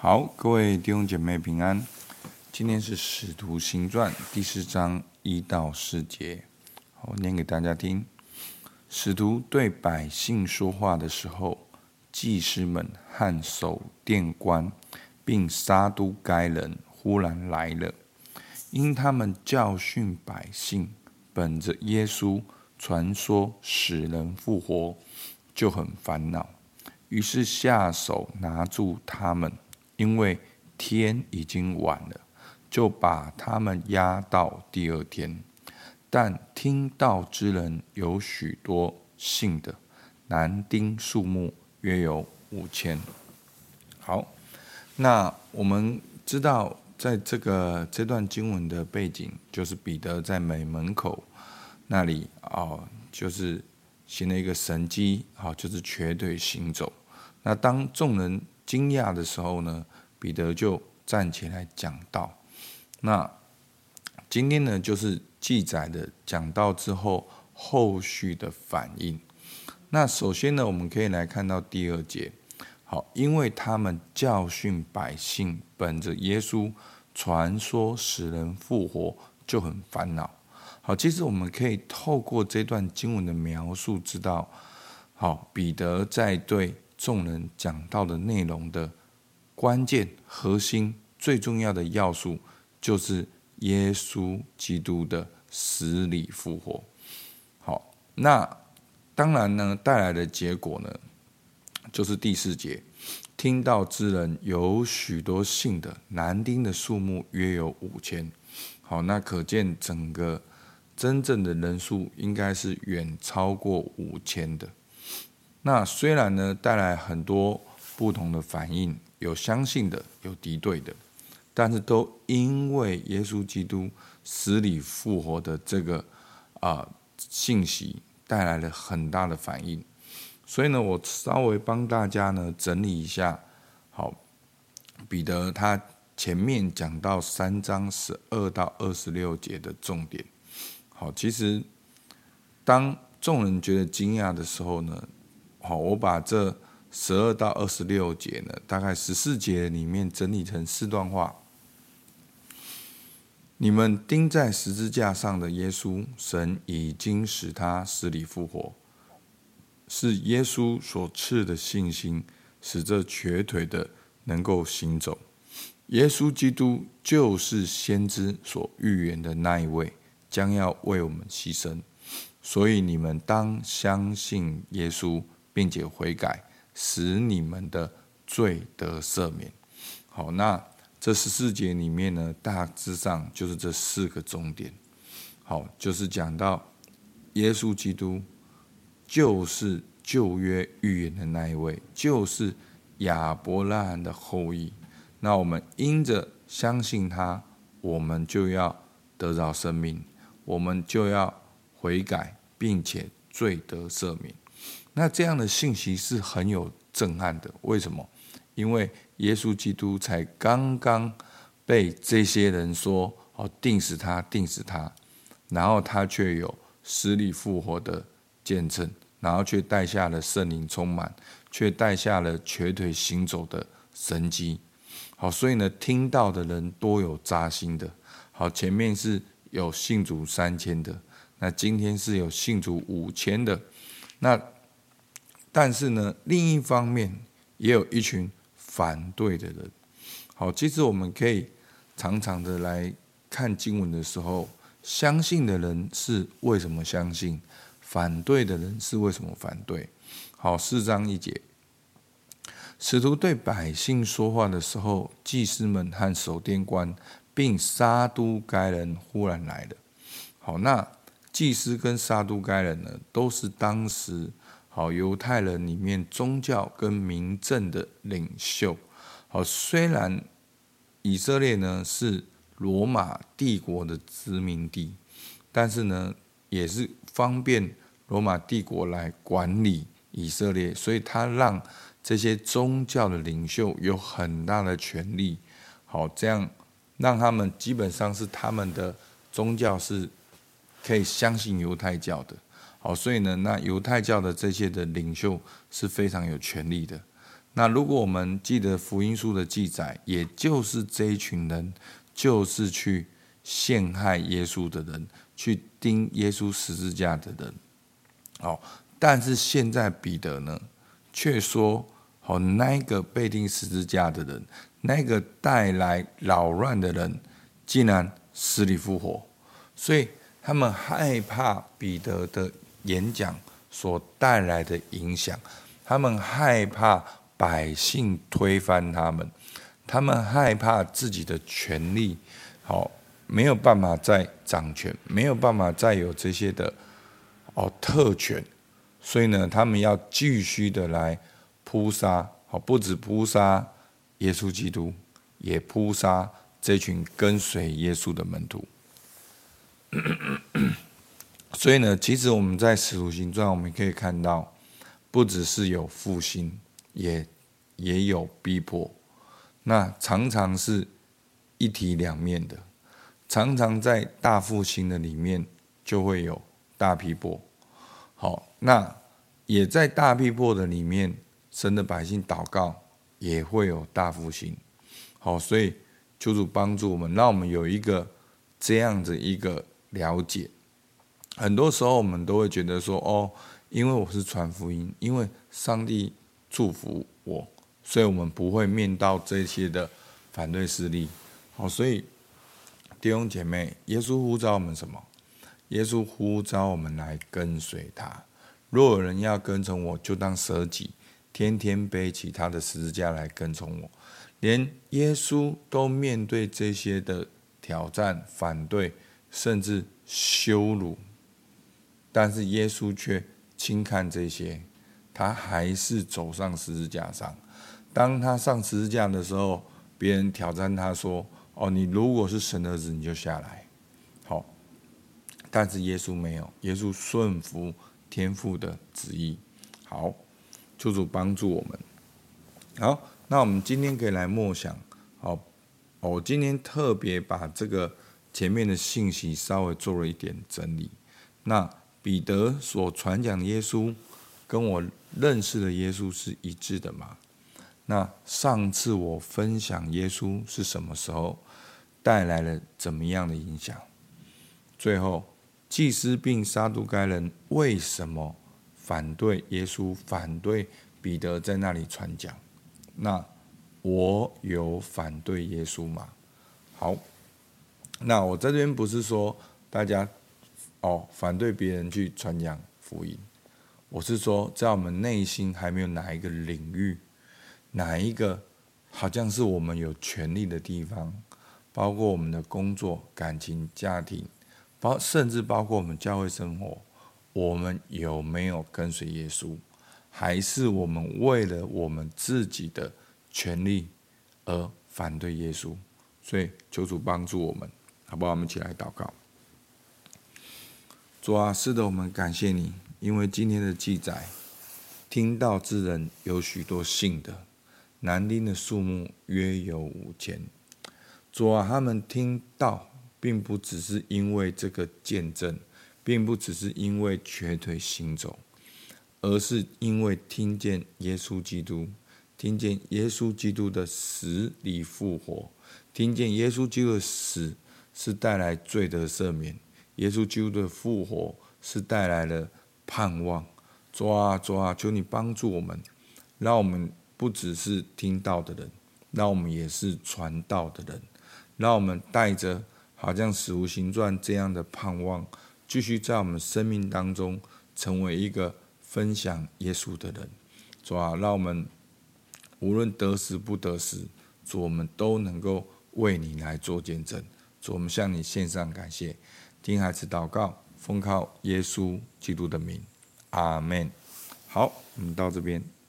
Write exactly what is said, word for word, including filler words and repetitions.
好，各位弟兄姐妹平安。今天是《使徒行传》第四章一到四节，我念给大家听。使徒对百姓说话的时候，祭司们和守殿官并撒都该人忽然来了，因他们教训百姓，本着耶稣传说使人复活，就很烦恼，于是下手拿住他们。因为天已经晚了，就把他们押到第二天。但听道之人有许多信的，男丁数目约有五千。好，那我们知道，在这个这段经文的背景，就是彼得在美门口那里哦，就是行了一个神迹，好，就是瘸腿行走。那当众人惊讶的时候呢，彼得就站起来讲道。那今天呢，就是记载的讲道之后后续的反应。那首先呢，我们可以来看到第二节。好，因为他们教训百姓，本着耶稣传说使人复活，就很烦恼。好，其实我们可以透过这段经文的描述，知道，好，彼得在对众人讲道的内容的关键、核心、最重要的要素，就是耶稣基督的死里复活。好，那当然呢，带来的结果呢，就是第四节，听道之人有许多信的，男丁的数目约有五千。好，那可见整个真正的人数应该是远超过五千的。那虽然呢，带来很多不同的反应，有相信的，有敌对的，但是都因为耶稣基督死里复活的这个啊、呃、信息，带来了很大的反应。所以呢，我稍微帮大家呢整理一下。好，彼得他前面讲到三章十二到二十六节的重点。好，其实当众人觉得惊讶的时候呢，好，我把这十二到二十六节呢，大概十四节里面整理成四段话。你们钉在十字架上的耶稣，神已经使他死里复活，是耶稣所赐的信心，使这瘸腿的能够行走。耶稣基督就是先知所预言的那一位，将要为我们牺牲。所以你们当相信耶稣，并且悔改，使你们的罪得赦免。好，那这十四节里面呢，大致上就是这四个重点。好，就是讲到耶稣基督就是旧约预言的那一位，就是亚伯拉罕的后裔。那我们因着相信他，我们就要得着生命，我们就要悔改，并且罪得赦免。那这样的信息是很有震撼的。为什么？因为耶稣基督才刚刚被这些人说哦，定死他，定死他，然后他却有死里复活的见证，然后却带下了圣灵充满，却带下了瘸腿行走的神迹。好，所以呢，听到的人多有扎心的。好，前面是有信主三千的，那今天是有信主五千的。那但是呢，另一方面也有一群反对的人。好，其实我们可以常常的来看经文的时候，相信的人是为什么相信，反对的人是为什么反对。好，四章一节，使徒对百姓说话的时候，祭司们和守殿官并撒都该人忽然来了。好，那祭司跟撒都该人呢，都是当时好犹太人里面宗教跟民政的领袖。好，虽然以色列呢是罗马帝国的殖民地，但是呢也是方便罗马帝国来管理以色列，所以他让这些宗教的领袖有很大的权力。好，这样让他们基本上是他们的宗教是可以相信犹太教的。好，所以呢，那犹太教的这些的领袖是非常有权力的。 那如果我们记得福音书的记载，也就是这一群人，就是去陷害耶稣的人，去钉耶稣十字架的人。好，但是现在彼得呢，却说，好，那个被钉十字架的人，那个带来扰乱的人，竟然死里复活。所以他们害怕彼得的演讲所带来的影响，他们害怕百姓推翻他们，他们害怕自己的权利，好，没有办法再掌权，没有办法再有这些的哦特权，所以呢，他们要继续的来扑杀，好，不止扑杀耶稣基督，也扑杀这群跟随耶稣的门徒。所以呢，其实我们在使徒行传，我们可以看到，不只是有复兴，也也有逼迫。那常常是一体两面的，常常在大复兴的里面就会有大逼迫。好，那也在大逼迫的里面，神的百姓祷告也会有大复兴。好，所以求主帮助我们，让我们有一个这样子一个了解。很多时候我们都会觉得说，哦，因为我是传福音，因为上帝祝福我，所以我们不会面到这些的反对势力。好，所以弟兄姐妹，耶稣呼召我们什么？耶稣呼召我们来跟随他。若有人要跟从我，就当舍己，天天背起他的十字架来跟从我。连耶稣都面对这些的挑战、反对，甚至羞辱，但是耶稣却轻看这些，他还是走上十字架上。当他上十字架的时候，别人挑战他说，哦，你如果是神儿子，你就下来。好，但是耶稣没有，耶稣顺服天父的旨意。好，求主帮助我们。好，那我们今天可以来默想。好，我今天特别把这个前面的信息稍微做了一点整理。那彼得所传讲的耶稣，跟我认识的耶稣是一致的吗？那上次我分享耶稣是什么时候，带来了怎么样的影响？最后，祭司并撒都该人为什么反对耶稣，反对彼得在那里传讲？那我有反对耶稣吗？好，那我在这边不是说大家哦反对别人去传讲福音，我是说在我们内心还没有哪一个领域，哪一个好像是我们有权利的地方，包括我们的工作、感情、家庭，包甚至包括我们教会生活，我们有没有跟随耶稣？还是我们为了我们自己的权利而反对耶稣？所以求主帮助我们，好不好？我们一起来祷告。主啊，是的，我们感谢你，因为今天的记载，听道之人有许多信的，男丁的数目约有五千。主啊，他们听道，并不只是因为这个见证，并不只是因为瘸腿行走，而是因为听见耶稣基督，听见耶稣基督的死里复活，听见耶稣基督的死是带来罪的赦免，耶稣基督的复活是带来了盼望。主啊，主啊，求你帮助我们，让我们不只是听道的人，让我们也是传道的人，让我们带着好像使徒行传这样的盼望，继续在我们生命当中成为一个分享耶稣的人。主啊，让我们无论得时不得时，主，我们都能够为你来做见证。主，我们向你献上感谢，听孩子祷告，奉靠耶稣基督的名，阿们。好，我们到这边。